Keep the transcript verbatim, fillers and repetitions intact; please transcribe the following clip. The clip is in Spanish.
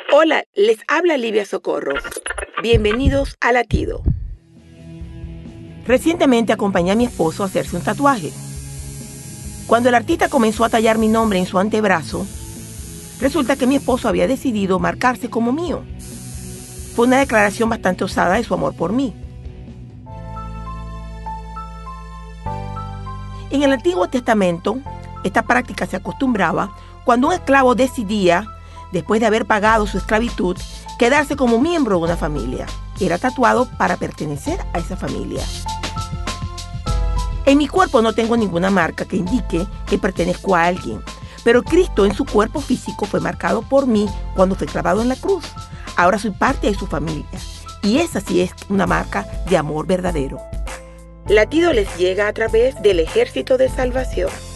Hola, les habla Livia Socorro. Bienvenidos a Latido. Recientemente acompañé a mi esposo a hacerse un tatuaje. Cuando el artista comenzó a tallar mi nombre en su antebrazo, resulta que mi esposo había decidido marcarse como mío. Fue una declaración bastante osada de su amor por mí. En el Antiguo Testamento, esta práctica se acostumbraba cuando un esclavo decidía, después de haber pagado su esclavitud, quedarse como miembro de una familia. Era tatuado para pertenecer a esa familia. En mi cuerpo no tengo ninguna marca que indique que pertenezco a alguien, pero Cristo en su cuerpo físico fue marcado por mí cuando fue clavado en la cruz. Ahora soy parte de su familia, y esa sí es una marca de amor verdadero. Latido les llega a través del Ejército de Salvación.